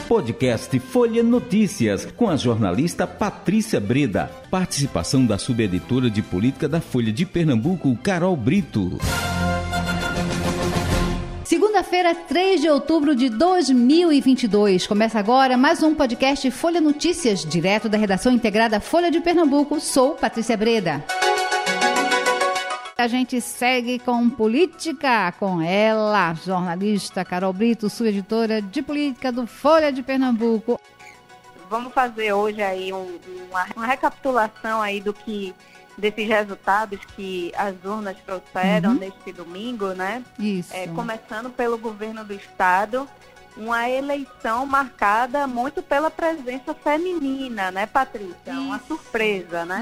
Podcast Folha Notícias, com a jornalista Patrícia Breda. Participação da subeditora de política da Folha de Pernambuco, Carol Brito. Segunda-feira, 3 de outubro de 2022. Começa agora mais um podcast Folha Notícias, direto da redação integrada Folha de Pernambuco. Sou Patrícia Breda. A gente segue com política, com ela, jornalista Carol Brito, subeditora de política do Folha de Pernambuco. Vamos fazer hoje aí uma recapitulação aí desses resultados que as urnas trouxeram neste domingo, né? Isso. Começando pelo governo do estado, uma eleição marcada muito pela presença feminina, né, Patrícia? Isso. Uma surpresa, né?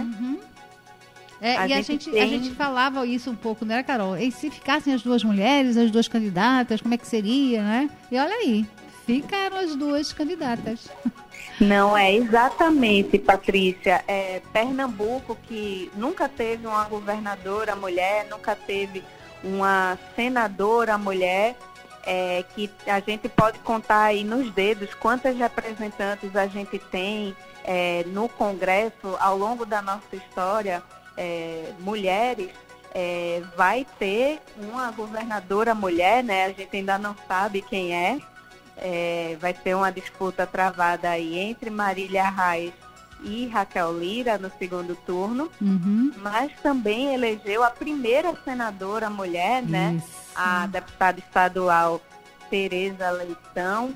A gente falava isso um pouco, né, Carol? E se ficassem as duas mulheres, as duas candidatas, como é que seria, né? E olha aí, ficaram as duas candidatas. Não, exatamente, Patrícia. Pernambuco, que nunca teve uma governadora mulher, nunca teve uma senadora mulher, que a gente pode contar aí nos dedos quantas representantes a gente tem no Congresso ao longo da nossa história. Mulheres, vai ter uma governadora mulher, né? A gente ainda não sabe quem é. Vai ser uma disputa travada aí entre Marília Reis e Raquel Lira no segundo turno, mas também elegeu a primeira senadora mulher, né? Isso. A deputada estadual Tereza Leitão.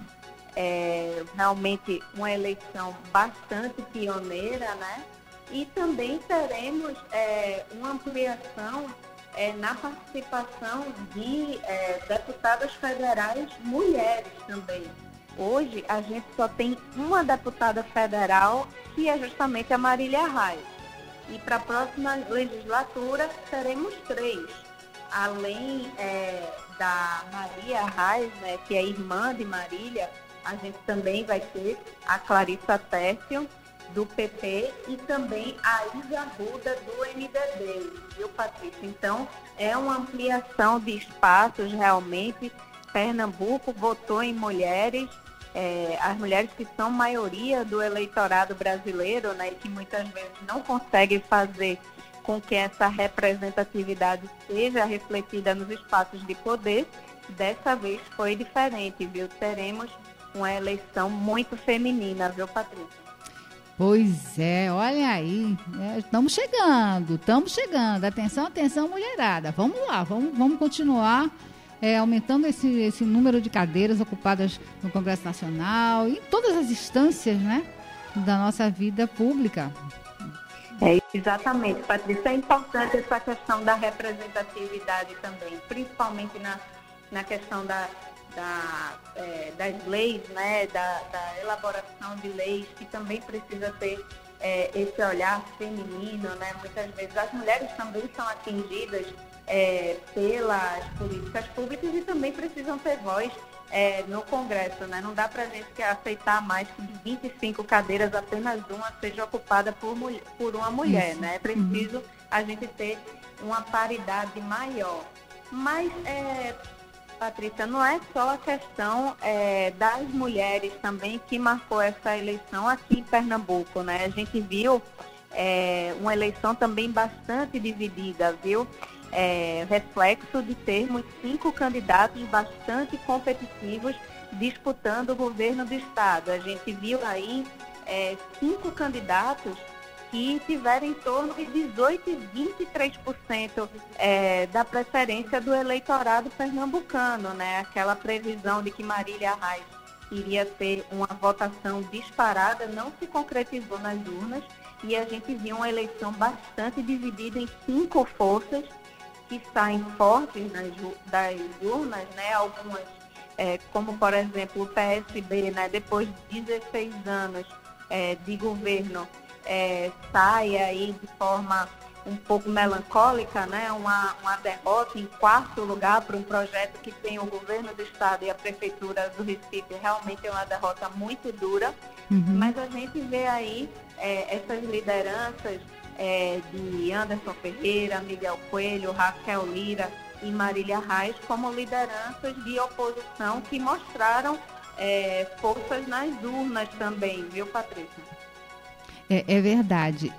Realmente uma eleição bastante pioneira, né? E também teremos uma ampliação na participação de deputadas federais mulheres também. Hoje, a gente só tem uma deputada federal, que é justamente a Marília Reis. E para a próxima legislatura, teremos 3. Além da Maria Reis, né, que é irmã de Marília, a gente também vai ter a Clarissa Tércio, do PP, e também a Isa Arruda, do MDB, viu, Patrícia? Então, é uma ampliação de espaços, realmente. Pernambuco votou em mulheres, as mulheres que são maioria do eleitorado brasileiro, né, e que muitas vezes não conseguem fazer com que essa representatividade seja refletida nos espaços de poder. Dessa vez foi diferente, viu? Teremos uma eleição muito feminina, viu, Patrícia? Pois olha aí, estamos chegando. Atenção, mulherada. Vamos lá, vamos continuar aumentando esse número de cadeiras ocupadas no Congresso Nacional e em todas as instâncias, né, da nossa vida pública. Exatamente, Patrícia. É importante essa questão da representatividade também, principalmente na questão das leis, né, da elaboração de leis, que também precisa ter esse olhar feminino, né? Muitas vezes as mulheres também são atingidas pelas políticas públicas e também precisam ter voz no Congresso, né? Não dá para a gente aceitar mais que de 25 cadeiras apenas uma seja ocupada por uma mulher, né? É preciso a gente ter uma paridade maior. Mas Patrícia, não é só a questão das mulheres também que marcou essa eleição aqui em Pernambuco, né? A gente viu uma eleição também bastante dividida, viu? Reflexo de termos 5 candidatos bastante competitivos disputando o governo do estado. A gente viu aí 5 candidatos que tiveram em torno de 18% e 23% da preferência do eleitorado pernambucano, né? Aquela previsão de que Marília Reis iria ter uma votação disparada não se concretizou nas urnas, e a gente viu uma eleição bastante dividida em 5 forças que saem fortes das urnas, né? Algumas, como por exemplo o PSB, né? Depois de 16 anos de governo, sai aí de forma um pouco melancólica, né? Uma derrota em 4º lugar para um projeto que tem o governo do estado e a prefeitura do Recife. Realmente é uma derrota muito dura, mas a gente vê aí essas lideranças de Anderson Ferreira, Miguel Coelho, Raquel Lira e Marília Reis como lideranças de oposição que mostraram forças nas urnas também, viu, Patrícia? É verdade.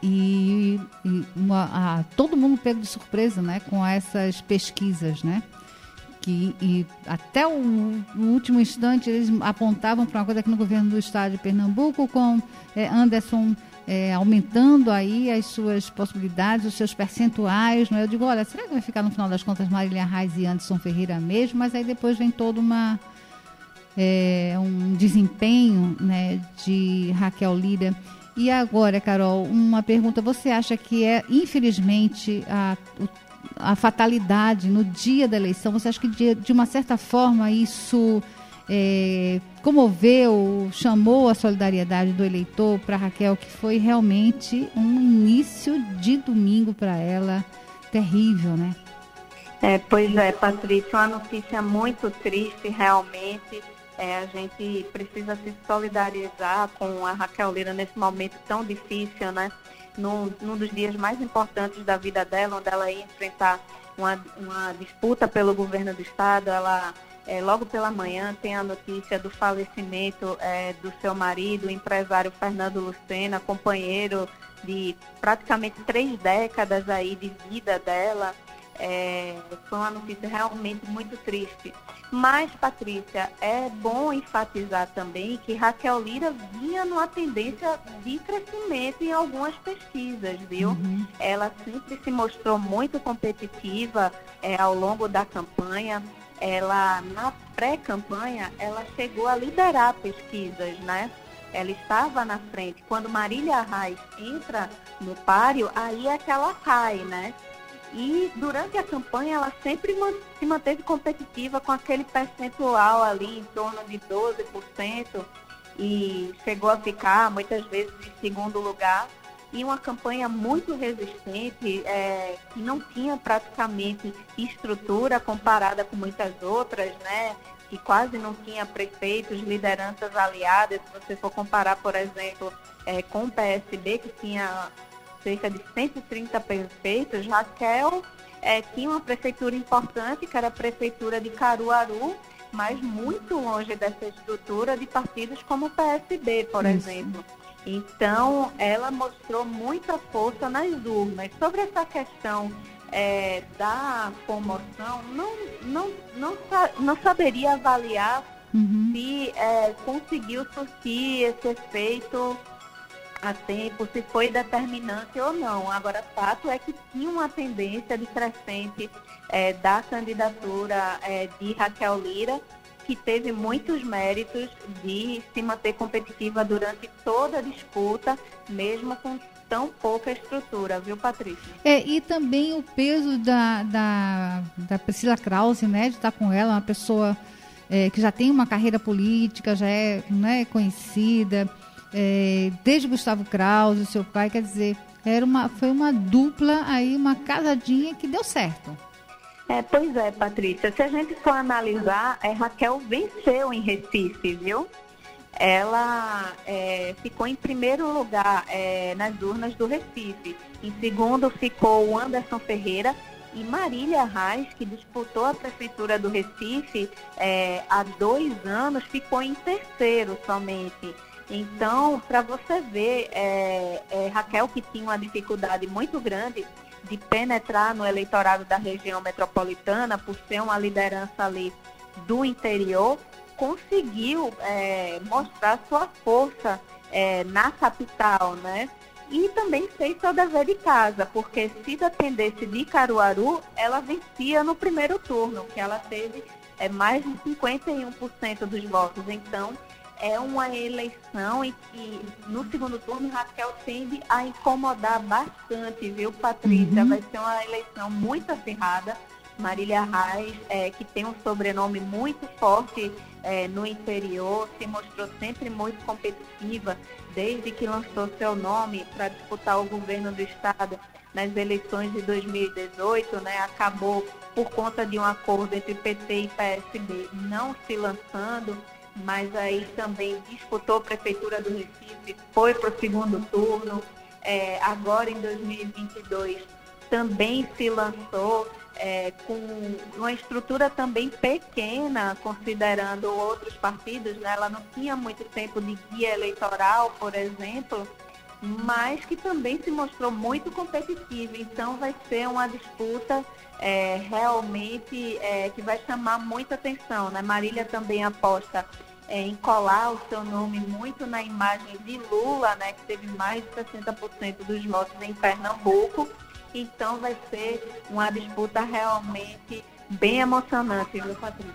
Todo mundo pego de surpresa, né, com essas pesquisas, né? E até o último instante eles apontavam para uma coisa aqui no governo do estado de Pernambuco, com Anderson aumentando aí as suas possibilidades, os seus percentuais, né? Eu digo, olha, será que vai ficar no final das contas Marília Reis e Anderson Ferreira mesmo? Mas aí depois vem todo um desempenho, né, de Raquel Lira. E agora, Carol, uma pergunta, você acha que infelizmente, a fatalidade no dia da eleição, você acha que de uma certa forma isso comoveu, chamou a solidariedade do eleitor para Raquel, que foi realmente um início de domingo para ela terrível, né? Pois é, Patrícia, uma notícia muito triste realmente. A gente precisa se solidarizar com a Raquel Lira nesse momento tão difícil, né? Num dos dias mais importantes da vida dela, onde ela ia enfrentar uma disputa pelo governo do estado. Ela, logo pela manhã, tem a notícia do falecimento do seu marido, o empresário Fernando Lucena, companheiro de praticamente 3 décadas aí de vida dela. Foi uma notícia realmente muito triste. Mas, Patrícia, é bom enfatizar também que Raquel Lira vinha numa tendência de crescimento em algumas pesquisas, viu? Uhum. Ela sempre se mostrou muito competitiva ao longo da campanha. Ela, na pré-campanha, ela chegou a liderar pesquisas, né? Ela estava na frente. Quando Marília Reis entra no páreo, aí é que ela cai, né? E durante a campanha ela sempre se manteve competitiva com aquele percentual ali em torno de 12% e chegou a ficar muitas vezes em segundo lugar. E uma campanha muito resistente, que não tinha praticamente estrutura comparada com muitas outras, né? Que quase não tinha prefeitos, lideranças aliadas. Se você for comparar, por exemplo, com o PSB, que tinha cerca de 130 prefeitos, Raquel tinha uma prefeitura importante, que era a prefeitura de Caruaru, mas muito longe dessa estrutura de partidos como o PSB, por exemplo. Então, ela mostrou muita força nas urnas. Sobre essa questão da comoção, não saberia avaliar se conseguiu surtir esse efeito a tempo, se foi determinante ou não. Agora, fato é que tinha uma tendência de crescente da candidatura de Raquel Lira, que teve muitos méritos de se manter competitiva durante toda a disputa, mesmo com tão pouca estrutura, viu, Patrícia? E também o peso da Priscila Krause, né, de estar com ela, uma pessoa que já tem uma carreira política, já é, né, conhecida, desde Gustavo Krause, seu pai, quer dizer, foi uma dupla aí, uma casadinha que deu certo. Pois é, Patrícia, se a gente for analisar, Raquel venceu em Recife, viu? Ela ficou em primeiro lugar nas urnas do Recife. Em segundo ficou o Anderson Ferreira e Marília Reis, que disputou a prefeitura do Recife há 2 anos, ficou em terceiro somente. Então, para você ver, Raquel, que tinha uma dificuldade muito grande de penetrar no eleitorado da região metropolitana, por ser uma liderança ali do interior, conseguiu mostrar sua força na capital, né? E também fez seu dever de casa, porque se dependesse de Caruaru, ela vencia no primeiro turno, que ela teve mais de 51% dos votos. Então, é uma eleição em que, no segundo turno, Raquel tende a incomodar bastante, viu, Patrícia? Vai ser uma eleição muito acirrada. Marília Reis, que tem um sobrenome muito forte no interior, se mostrou sempre muito competitiva, desde que lançou seu nome para disputar o governo do estado nas eleições de 2018, né? Acabou, por conta de um acordo entre PT e PSB, não se lançando, mas aí também disputou a Prefeitura do Recife, foi para o segundo turno, agora em 2022 também se lançou, com uma estrutura também pequena, considerando outros partidos, né? Ela não tinha muito tempo de guia eleitoral, por exemplo, mas que também se mostrou muito competitiva. Então vai ser uma disputa realmente que vai chamar muita atenção, né? Marília também aposta em colar o seu nome muito na imagem de Lula, né? Que teve mais de 60% dos votos em Pernambuco. Então vai ser uma disputa realmente bem emocionante, viu, Patrícia?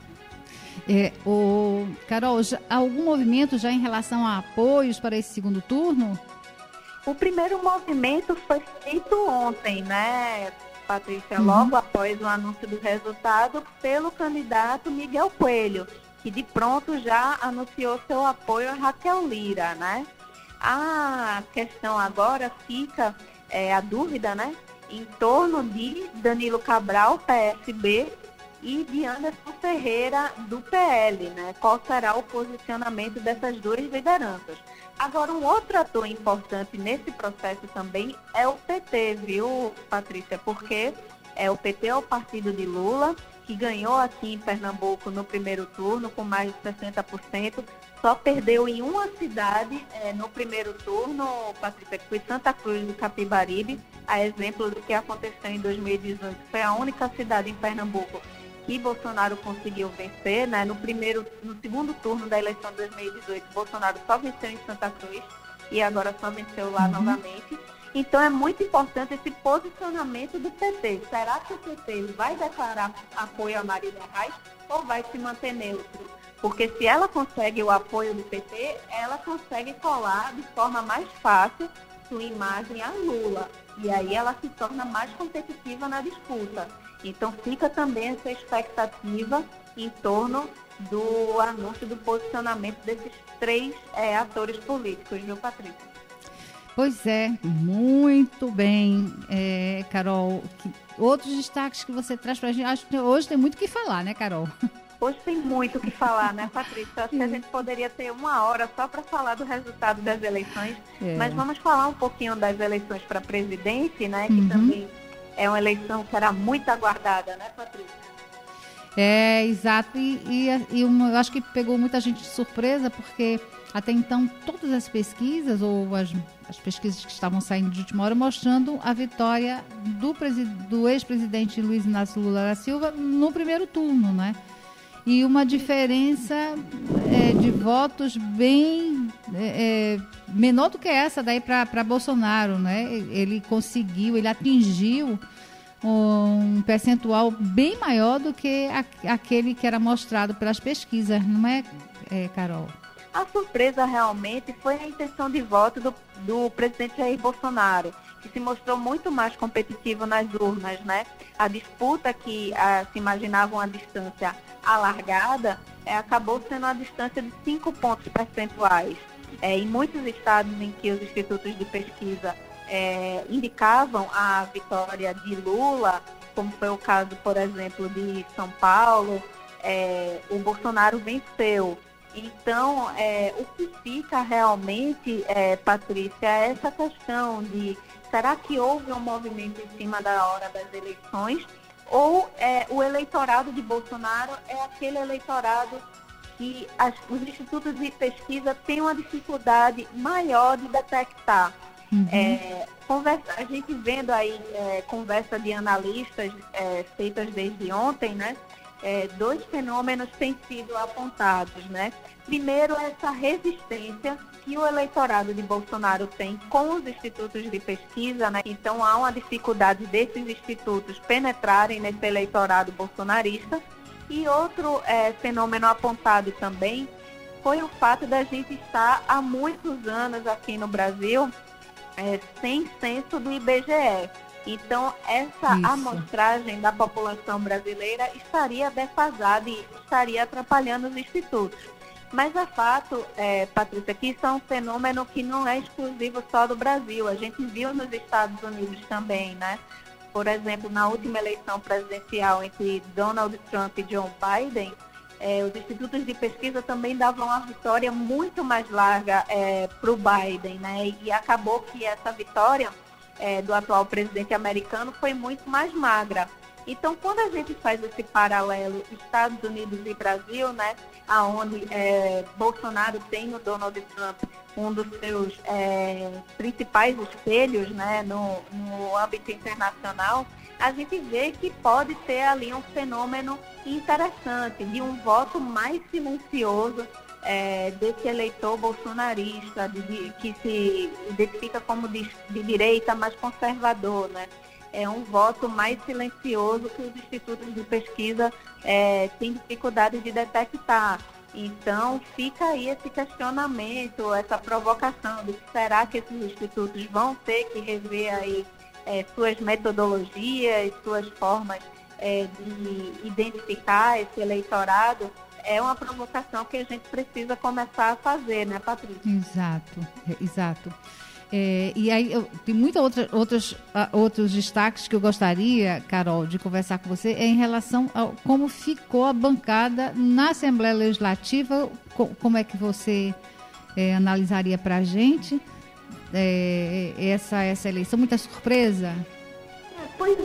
Carol, algum movimento já em relação a apoios para esse segundo turno? O primeiro movimento foi feito ontem, né, Patrícia? Logo após o anúncio do resultado pelo candidato Miguel Coelho, que de pronto já anunciou seu apoio a Raquel Lira, né? A questão agora fica, a dúvida, né, em torno de Danilo Cabral, PSB, e de Anderson Ferreira, do PL, né? Qual será o posicionamento dessas duas lideranças? Agora, um outro ator importante nesse processo também é o PT, viu, Patrícia? Porque o PT é o partido de Lula, que ganhou aqui em Pernambuco no primeiro turno com mais de 60%, só perdeu em uma cidade no primeiro turno, Patrícia, que foi Santa Cruz do Capibaribe, a exemplo do que aconteceu em 2018. Foi a única cidade em Pernambuco que Bolsonaro conseguiu vencer, né? No segundo turno da eleição de 2018, Bolsonaro só venceu em Santa Cruz e agora só venceu lá novamente. Então é muito importante esse posicionamento do PT. Será que o PT vai declarar apoio a Marília Reis ou vai se manter neutro? Porque se ela consegue o apoio do PT, ela consegue colar de forma mais fácil sua imagem a Lula. E aí ela se torna mais competitiva na disputa. Então fica também essa expectativa em torno do anúncio do posicionamento desses três atores políticos, viu, Patrícia? Pois é, muito bem, Carol. Outros destaques que você traz para a gente, acho que hoje tem muito o que falar, né, Carol? Hoje tem muito o que falar, né, Patrícia? Acho que a gente poderia ter uma hora só para falar do resultado das eleições, mas vamos falar um pouquinho das eleições para presidente, né, que também é uma eleição que era muito aguardada, né, Patrícia? Exato. Eu acho que pegou muita gente de surpresa, porque até então todas as pesquisas, ou as pesquisas que estavam saindo de última hora, mostrando a vitória do ex-presidente Luiz Inácio Lula da Silva no primeiro turno, né? E uma diferença de votos bem menor do que essa daí para Bolsonaro, né? Ele atingiu um percentual bem maior do que aquele que era mostrado pelas pesquisas, não é, Carol? A surpresa realmente foi a intenção de voto do presidente Jair Bolsonaro, que se mostrou muito mais competitivo nas urnas, né? A disputa que se imaginava uma distância alargada, acabou sendo uma distância de 5 pontos percentuais. Em muitos estados em que os institutos de pesquisa indicavam a vitória de Lula, como foi o caso, por exemplo, de São Paulo, o Bolsonaro venceu. Então, o que fica realmente, Patrícia, é essa questão de será que houve um movimento em cima da hora das eleições ou o eleitorado de Bolsonaro é aquele eleitorado que os institutos de pesquisa têm uma dificuldade maior de detectar. A gente vendo aí conversa de analistas feitas desde ontem, né? Dois fenômenos têm sido apontados, né? Primeiro, essa resistência que o eleitorado de Bolsonaro tem com os institutos de pesquisa, né? Então há uma dificuldade desses institutos penetrarem nesse eleitorado bolsonarista. E outro fenômeno apontado também foi o fato da gente estar há muitos anos aqui no Brasil sem censo do IBGE. Então, essa amostragem da população brasileira estaria defasada e estaria atrapalhando os institutos. Mas é fato, Patrícia, que isso é um fenômeno que não é exclusivo só do Brasil. A gente viu nos Estados Unidos também, né? Por exemplo, na última eleição presidencial entre Donald Trump e Joe Biden, os institutos de pesquisa também davam uma vitória muito mais larga para o Biden, né? E acabou que essa vitória do atual presidente americano foi muito mais magra. Então, quando a gente faz esse paralelo Estados Unidos e Brasil, né, aonde Bolsonaro tem no Donald Trump um dos seus principais espelhos, né, no âmbito internacional, a gente vê que pode ter ali um fenômeno interessante de um voto mais silencioso desse eleitor bolsonarista, que se identifica como de direita, mais conservador, né? É um voto mais silencioso que os institutos de pesquisa têm dificuldade de detectar. Então, fica aí esse questionamento, essa provocação de será que esses institutos vão ter que rever aí suas metodologias, suas formas de identificar esse eleitorado. É uma provocação que a gente precisa começar a fazer, né, Patrícia? Exato. E aí, tem outros destaques que eu gostaria, Carol, de conversar com você, em relação a como ficou a bancada na Assembleia Legislativa. Como é que você analisaria para a gente essa eleição? Muita surpresa? Pois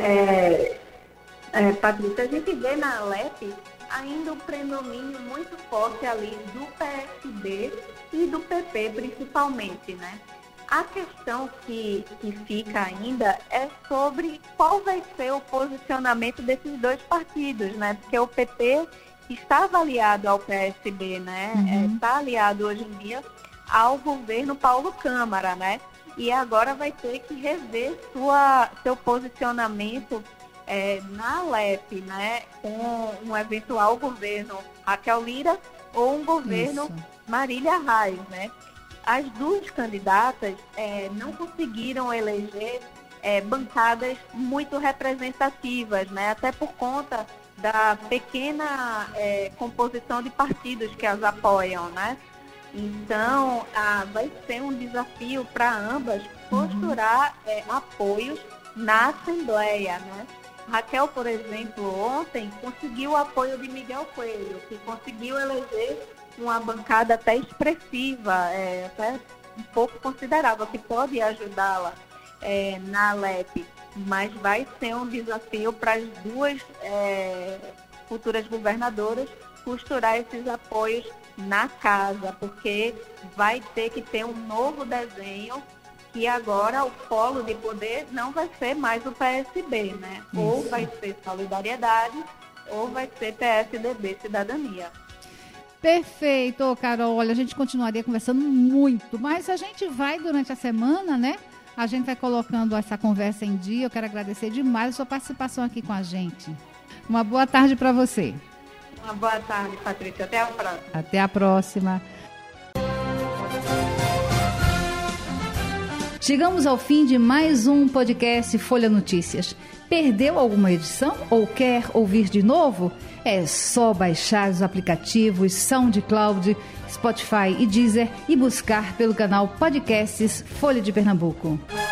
Patrícia, a gente vê na Alep ainda um predomínio muito forte ali do PSB e do PP, principalmente, né? A questão que fica ainda é sobre qual vai ser o posicionamento desses dois partidos, né? Porque o PP estava aliado ao PSB, né? Está aliado hoje em dia ao governo Paulo Câmara, né? E agora vai ter que rever seu posicionamento na Alep, né? Com um eventual governo Raquel Lira ou um governo Marília Reis, né? As duas candidatas não conseguiram eleger bancadas muito representativas, né? Até por conta da pequena composição de partidos que as apoiam, né? Então, vai ser um desafio para ambas costurar apoios na Assembleia, né? Raquel, por exemplo, ontem conseguiu o apoio de Miguel Coelho, que conseguiu eleger uma bancada até expressiva, até um pouco considerável, que pode ajudá-la na Alep, mas vai ser um desafio para as duas futuras governadoras costurar esses apoios na casa, porque vai ter que ter um novo desenho, que agora o polo de poder não vai ser mais o PSB, né? Isso. Ou vai ser Solidariedade, ou vai ser PSDB, Cidadania. Perfeito, Carol. Olha, a gente continuaria conversando muito, mas a gente vai durante a semana, né? A gente vai colocando essa conversa em dia. Eu quero agradecer demais a sua participação aqui com a gente. Uma boa tarde para você. Uma boa tarde, Patrícia. Até a próxima. Até a próxima. Chegamos ao fim de mais um podcast Folha Notícias. Perdeu alguma edição ou quer ouvir de novo? É só baixar os aplicativos SoundCloud, Spotify e Deezer e buscar pelo canal Podcasts Folha de Pernambuco.